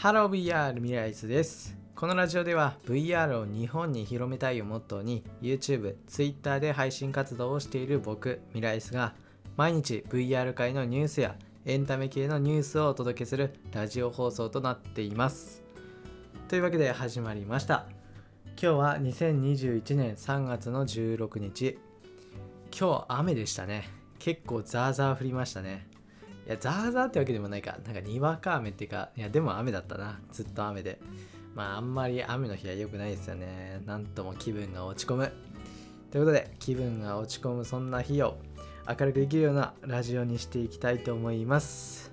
ハロー VR ミライスです。このラジオでは VR を日本に広めたいをモットーに YouTube、Twitter で配信活動をしている僕、ミライスが毎日 VR 界のニュースやエンタメ系のニュースをお届けするラジオ放送となっています。というわけで始まりました。今日は2021年3月の16日。今日雨でしたね。結構ザーザー降りましたね。いや、ザーザーってわけでもないか。なんかにわか雨っていうか、いや、でも雨だったな。ずっと雨で。あんまり雨の日は良くないですよね。なんとも気分が落ち込む。ということで、気分が落ち込むそんな日を明るくできるようなラジオにしていきたいと思います。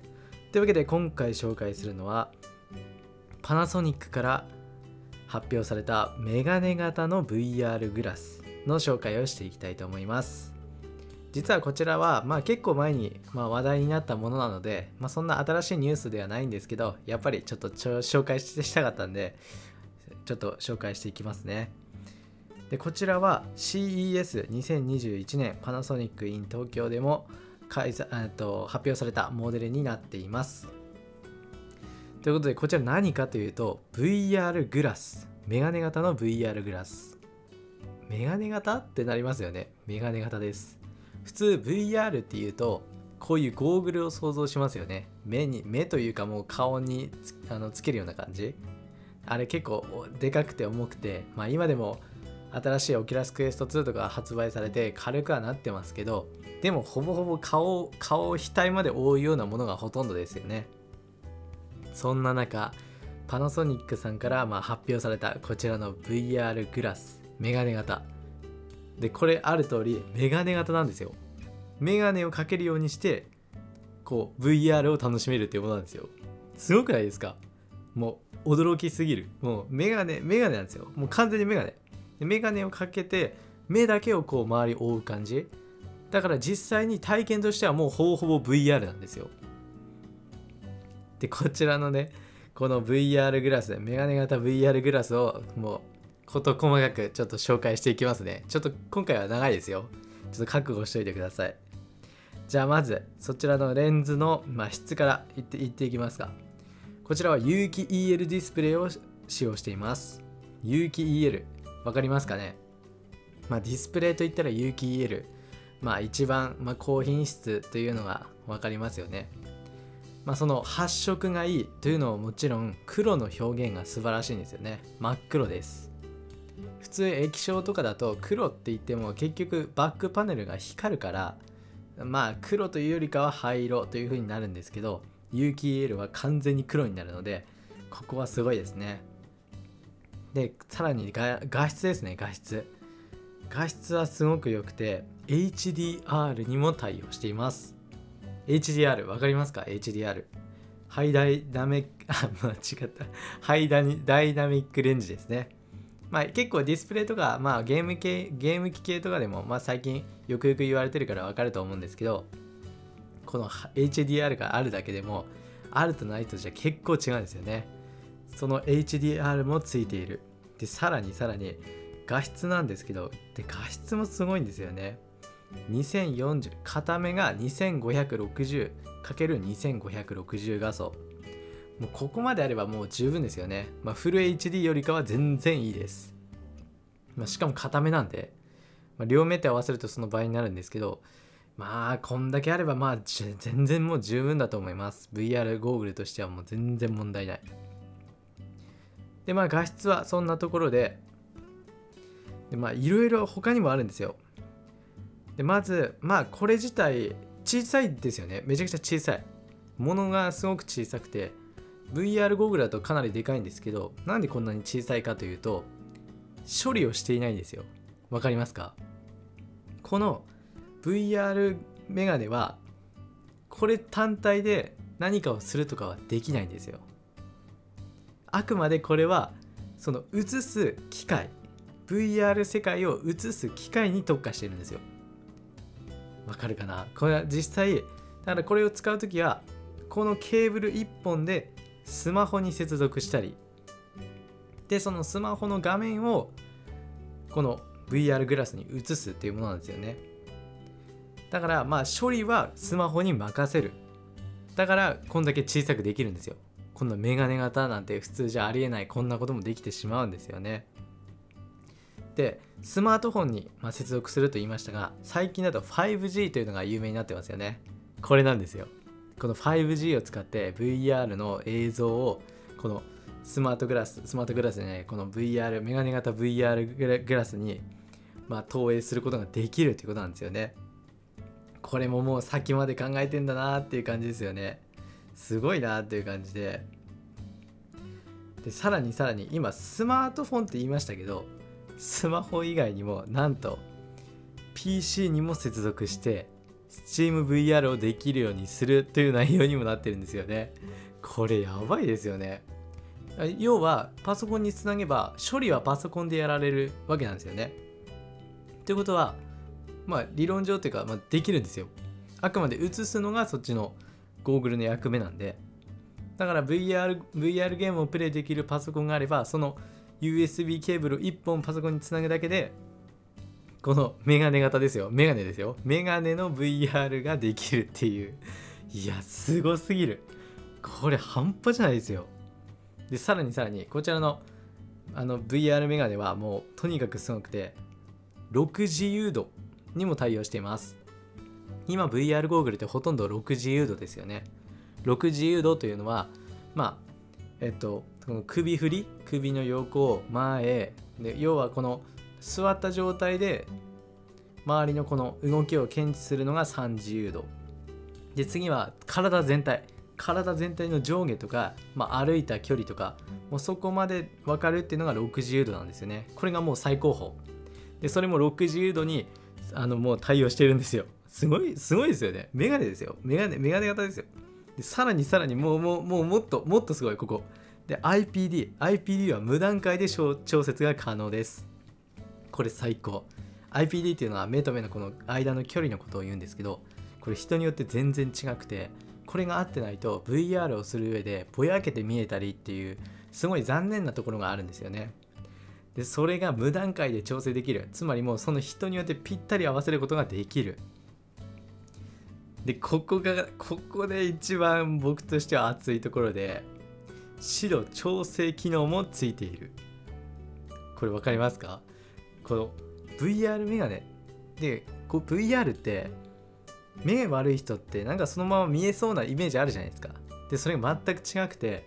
というわけで、今回紹介するのは、パナソニックから発表されたメガネ型の VR グラスの紹介をしていきたいと思います。実はこちらは結構前に話題になったものなので、そんな新しいニュースではないんですけど、やっぱりちょっと紹介したかったんで、ちょっと紹介していきますね。で、こちらは CES2021 年パナソニック in 東京でも発表されたモデルになっています。ということで、こちら何かというと VR グラス、メガネ型の VR グラス。メガネ型ってなりますよね。メガネ型です。普通 VR っていうとこういうゴーグルを想像しますよね。目というかもう顔につけるような感じ。あれ結構でかくて重くて、今でも新しいオキュラスクエスト2とか発売されて軽くはなってますけど、でもほぼほぼ顔を額まで覆うようなものがほとんどですよね。そんな中、パナソニックさんから発表されたこちらの VR グラスメガネ型で、これある通りメガネ型なんですよ。メガネをかけるようにしてこう VR を楽しめるっていうものなんですよ。すごくないですか？もう驚きすぎる。もうメガネなんですよ。もう完全にメガネをかけて目だけをこう周り覆う感じだから、実際に体験としてはもうほぼほぼ VR なんですよ。で、こちらのね、この VR グラス、メガネ型 VR グラスをもう事細かくちょっと紹介していきますね。ちょっと今回は長いですよ。ちょっと覚悟しといてください。じゃあまずそちらのレンズの質からいっていきますが、こちらは有機 EL ディスプレイを使用しています。有機 EL わかりますかね？ディスプレイといったら有機 EL、一番高品質というのがわかりますよね。その発色がいいというのももちろん黒の表現が素晴らしいんですよね。真っ黒です。普通液晶とかだと黒って言っても結局バックパネルが光るから、黒というよりかは灰色という風になるんですけど、有機 EL は完全に黒になるので、ここはすごいですね。で、さらに画質ですね。画質はすごく良くて HDR にも対応しています。HDR わかりますか？ HDR ハイダイナミックレンジですね。結構ディスプレイとか、ゲーム機系とかでも、最近よく言われてるからわかると思うんですけど、この HDR があるだけでもあるとないとじゃ結構違うんですよね。その HDR もついている。で、さらに画質なんですけど、で画質もすごいんですよね。2040、片目が 2560×2560 画素。もうここまであればもう十分ですよね。フル HD よりかは全然いいです。しかも片目なんで、両目って合わせるとその倍になるんですけど、こんだけあれば全然もう十分だと思います。VR ゴーグルとしてはもう全然問題ない。で、画質はそんなところで、いろいろ他にもあるんですよ。で、まずこれ自体小さいですよね。めちゃくちゃ小さい。ものがすごく小さくて、VR ゴーグルだとかなりでかいんですけど、なんでこんなに小さいかというと、処理をしていないんですよ。わかりますか？この VR メガネはこれ単体で何かをするとかはできないんですよ。あくまでこれはその映す機械、 VR 世界を映す機械に特化してるんですよ。わかるかな？これは実際だからこれを使うときはこのケーブル1本でスマホに接続したりで、そのスマホの画面をこの VR グラスに映すっていうものなんですよね。だから処理はスマホに任せる。だからこんだけ小さくできるんですよ。 こんなメガネ型なんて普通じゃありえない、こんなこともできてしまうんですよね。でスマートフォンに接続すると言いましたが、最近だと 5G というのが有名になってますよね。これなんですよ。この 5G を使って VR の映像をこのスマートグラスじゃない、この VR メガネ型 VR グラスに投影することができるということなんですよね。これももう先まで考えてんだなっていう感じですよね。すごいなっていう感じで、さらに今スマートフォンって言いましたけど、スマホ以外にもなんと PC にも接続して SteamVR をできるようにするという内容にもなってるんですよね。これやばいですよね。要はパソコンにつなげば処理はパソコンでやられるわけなんですよね。ということは理論上というか、できるんですよ。あくまで映すのがそっちのゴーグルの役目なんで、だから VR ゲームをプレイできるパソコンがあれば、その USB ケーブルを1本パソコンにつなぐだけで、このメガネ型ですよ、メガネですよ、メガネの VR ができるっていう。いやすごすぎる。これ半端じゃないですよ。でさらにこちらのVR メガネはもうとにかくすごくて、6自由度にも対応しています。今 VR ゴーグルってほとんど6自由度ですよね。6自由度というのはこの首振り、首の横前で、要はこの座った状態で周りのこの動きを検知するのが3自由度で、次は体全体の上下とか、歩いた距離とか、もうそこまで分かるっていうのが6自由度なんですよね。これがもう最高峰で、それも6自由度にもう対応してるんですよ。すごいですよね。メガネですよ。メガネ型ですよ。でさらにもっとすごい。ここで IPD は無段階で調節が可能です。これ最高。 IPD っていうのは目と目のこの間の距離のことを言うんですけど、これ人によって全然違くて、これが合ってないと VR をする上でぼやけて見えたりっていう、すごい残念なところがあるんですよね。でそれが無段階で調整できる。つまりもうその人によってぴったり合わせることができる。でここで一番僕としては熱いところで、指導調整機能もついている。これ分かりますか？この VR メガネでVR って目悪い人ってなんかそのまま見えそうなイメージあるじゃないですか。でそれが全く違くて、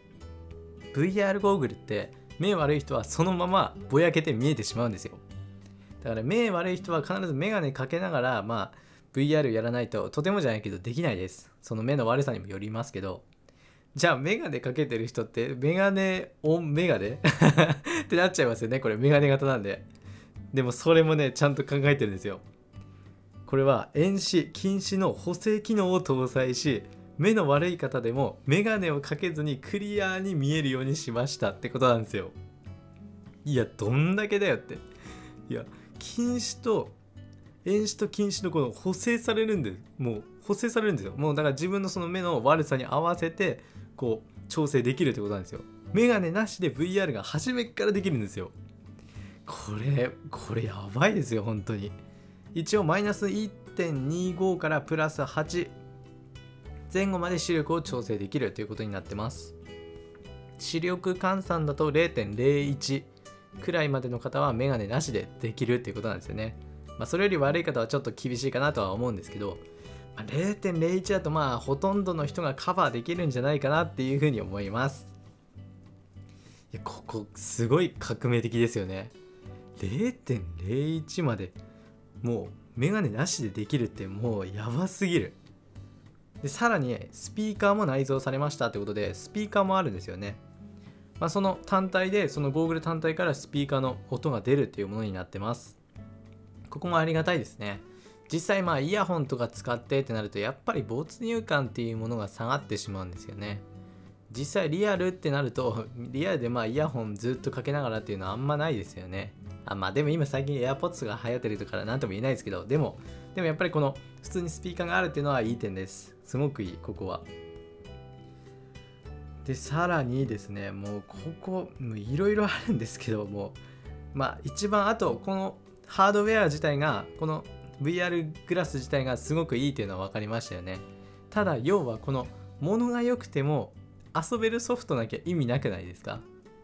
VR ゴーグルって目悪い人はそのままぼやけて見えてしまうんですよ。だから目悪い人は必ずメガネかけながらVR やらないと、とてもじゃないけどできないです。その目の悪さにもよりますけど、じゃあメガネかけてる人ってメガネオンメガネってなっちゃいますよね。これメガネ型なんで。でもそれもねちゃんと考えてるんですよ。これは遠視近視の補正機能を搭載し、目の悪い方でもメガネをかけずにクリアに見えるようにしましたってことなんですよ。いやどんだけだよって。いや近視と遠視と近視のこの補正されるんで、もう補正されるんですよ。もうだから自分のその目の悪さに合わせてこう調整できるってことなんですよ。メガネなしで VR が初めからできるんですよ。これやばいですよ本当に。一応マイナス 1.25 からプラス8前後まで視力を調整できるということになってます。視力換算だと 0.01 くらいまでの方はメガネなしでできるっていうことなんですよね。それより悪い方はちょっと厳しいかなとは思うんですけど、0.01 だとほとんどの人がカバーできるんじゃないかなっていうふうに思います。いやここすごい革命的ですよね。 0.01 までもうメガネなしでできるってもうやばすぎる。でさらにスピーカーも内蔵されましたということで、スピーカーもあるんですよね。その単体でそのゴーグル単体からスピーカーの音が出るっていうものになってます。ここもありがたいですね。実際イヤホンとか使ってってなるとやっぱり没入感っていうものが下がってしまうんですよね。実際リアルってなるとリアルでイヤホンずっとかけながらっていうのはあんまないですよね。でも今最近 AirPods が流行ってるから何とも言えないですけど、でもやっぱりこの普通にスピーカーがあるっていうのはいい点です。すごくいい。ここはでさらにですね、もうここいろいろあるんですけども、一番あとこのハードウェア自体が、この VR グラス自体がすごくいいっていうのは分かりましたよね。ただ要はこの物が良くても遊べるソフトなきゃ意味なくないですか？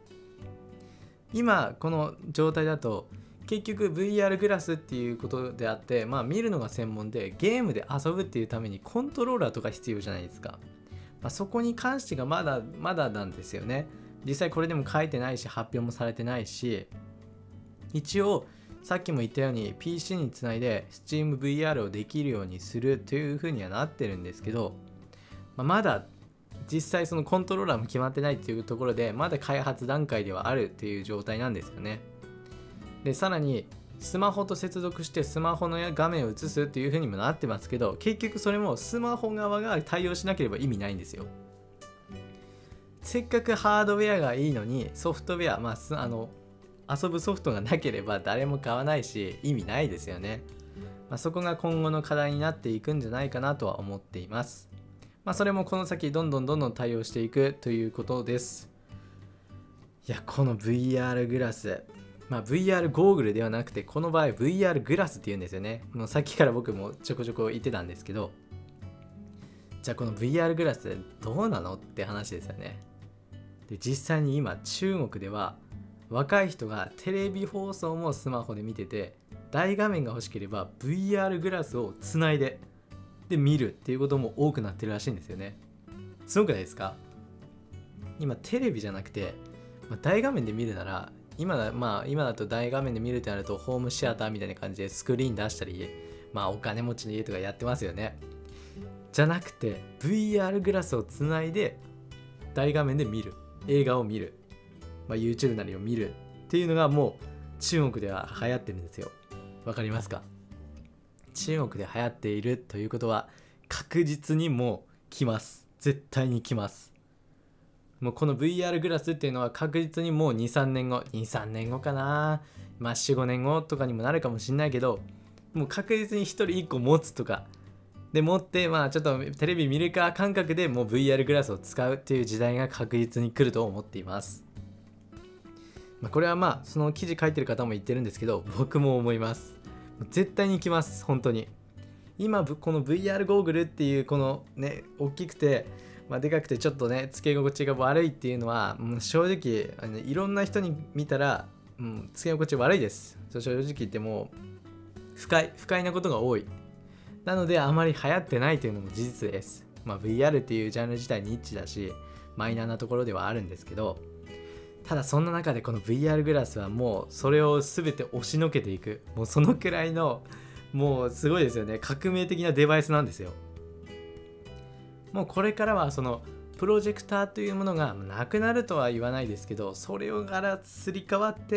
今この状態だと結局 VR グラスっていうことであって、見るのが専門でゲームで遊ぶっていうためにコントローラーとか必要じゃないですか。そこに関してがまだなんですよね。実際これでも書いてないし発表もされてないし、一応さっきも言ったように PC につないで SteamVR をできるようにするというふうにはなってるんですけど、まだ実際そのコントローラーも決まってないっていうところでまだ開発段階ではあるっていう状態なんですよね。でさらにスマホと接続してスマホの画面を映すっていう風にもなってますけど、結局それもスマホ側が対応しなければ意味ないんですよ。せっかくハードウェアがいいのにソフトウェア、遊ぶソフトがなければ誰も買わないし意味ないですよね。そこが今後の課題になっていくんじゃないかなとは思っています。それもこの先どんどん対応していくということです。いや、この VR グラス、VR ゴーグルではなくてこの場合 VR グラスっていうんですよね。もうさっきから僕もちょこちょこ言ってたんですけど、じゃあこの VR グラスどうなのって話ですよね。で実際に今中国では若い人がテレビ放送もスマホで見てて、大画面が欲しければ VR グラスをつないで見るっていうことも多くなってるらしいんですよね。すごくないですか？今テレビじゃなくて、大画面で見るなら今だと大画面で見るってなるとホームシアターみたいな感じでスクリーン出したり、お金持ちの家とかやってますよね。じゃなくて VR グラスをつないで大画面で見る、映画を見る、YouTube なりを見るっていうのがもう中国では流行ってるんですよ。わかりますか？中国で流行っているということは確実にもう来ます。絶対に来ます。もうこの VR グラスっていうのは確実にもう 2,3 年後かな、4、5年後とかにもなるかもしれないけど、もう確実に1人1個持つとかで持って、ちょっとテレビ見るか感覚でもう VR グラスを使うっていう時代が確実に来ると思っています。これはその記事書いてる方も言ってるんですけど、僕も思います。絶対に来ます。本当に今この VR ゴーグルっていうこのね大きくて、でかくてちょっとねつけ心地が悪いっていうのは正直いろんな人に見たら、つけ心地悪いです。正直言っても不快なことが多い。なのであまり流行ってないというのも事実です。VR っていうジャンル自体ニッチだしマイナーなところではあるんですけど、ただそんな中でこの VR グラスはもうそれを全て押しのけていく、もうそのくらいのもうすごいですよね。革命的なデバイスなんですよ。もうこれからはそのプロジェクターというものがなくなるとは言わないですけど、それをからすり替わって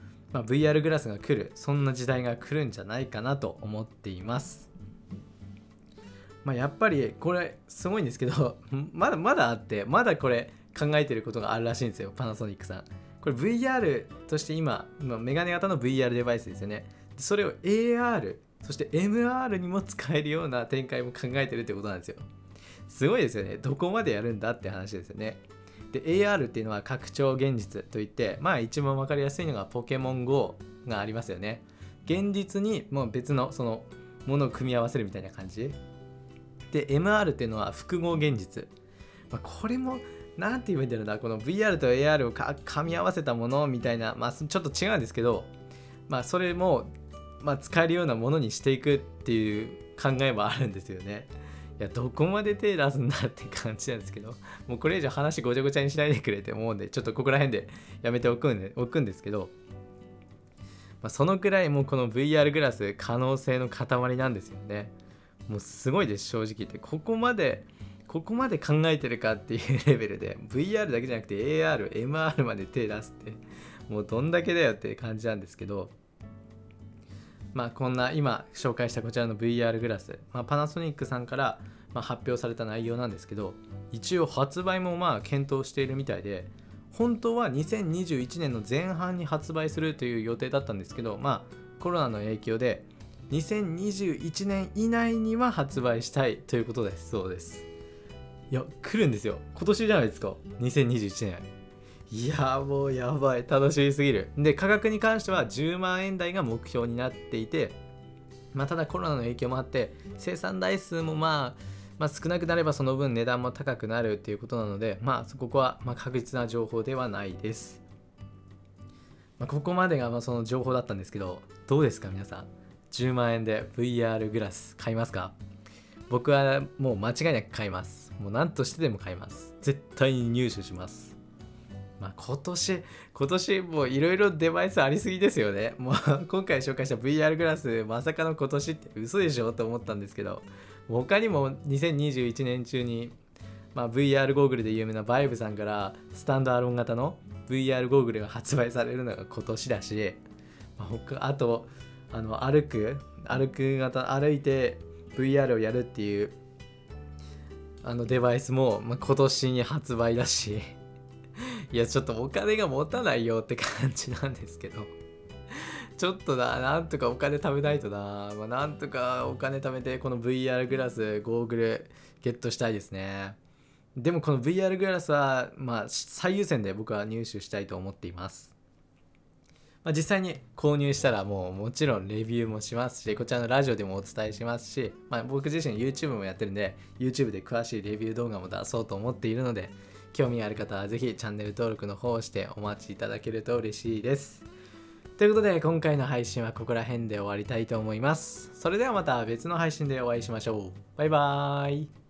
、VR グラスが来る、そんな時代が来るんじゃないかなと思っています。やっぱりこれすごいんですけどまだあって、まだこれ考えてることがあるらしいんですよ、パナソニックさん。これ VR として今メガネ型の VR デバイスですよね。それを AR そして MR にも使えるような展開も考えてるってことなんですよ。すごいですよね。どこまでやるんだって話ですよね。で AR っていうのは拡張現実といって、一番分かりやすいのがポケモン GO がありますよね。現実にもう別のそのものを組み合わせるみたいな感じで、 MR っていうのは複合現実、これもなんて言うんだろうな、この VR と AR を噛み合わせたものみたいな、ちょっと違うんですけど、それも、使えるようなものにしていくっていう考えもあるんですよね。いや、どこまで手出すんだって感じなんですけど、もうこれ以上話ごちゃごちゃにしないでくれって思うんで、ちょっとここら辺でやめておくんですけど、そのくらいもうこの VR グラス可能性の塊なんですよね。もうすごいです、正直言って。ここまで考えてるかっていうレベルで VR だけじゃなくて AR、MR まで手出すってもうどんだけだよって感じなんですけど、こんな今紹介したこちらの VR グラス、パナソニックさんから発表された内容なんですけど、一応発売も検討しているみたいで、本当は2021年の前半に発売するという予定だったんですけど、コロナの影響で2021年以内には発売したいということです。そうです。いや、来るんですよ。今年じゃないですか、2021年。いや、もうやばい、楽しみすぎる。で、価格に関しては10万円台が目標になっていて、ただコロナの影響もあって生産台数も少なくなればその分値段も高くなるっていうことなので、ここは確実な情報ではないです。ここまでがその情報だったんですけど、どうですか皆さん。10万円で VR グラス買いますか？僕はもう間違いなく買います。もう何としてでも買います。絶対に入手します。今年もういろいろデバイスありすぎですよね。もう今回紹介した VR グラス、まさかの今年って嘘でしょと思ったんですけど、他にも2021年中に、VR ゴーグルで有名なバイブさんからスタンドアロン型の VR ゴーグルが発売されるのが今年だし、あと歩いて VR をやるっていうデバイスも、今年に発売だしいやちょっとお金が持たないよって感じなんですけどちょっとなんとかお金貯めないとなんとかお金貯めてこの VR グラスゴーグルゲットしたいですね。でもこの VR グラスは最優先で僕は入手したいと思っています。実際に購入したらもちろんレビューもしますし、こちらのラジオでもお伝えしますし、僕自身 YouTube もやってるんで YouTube で詳しいレビュー動画も出そうと思っているので、興味ある方はぜひチャンネル登録の方をしてお待ちいただけると嬉しいです。ということで今回の配信はここら辺で終わりたいと思います。それではまた別の配信でお会いしましょう。バイバーイ。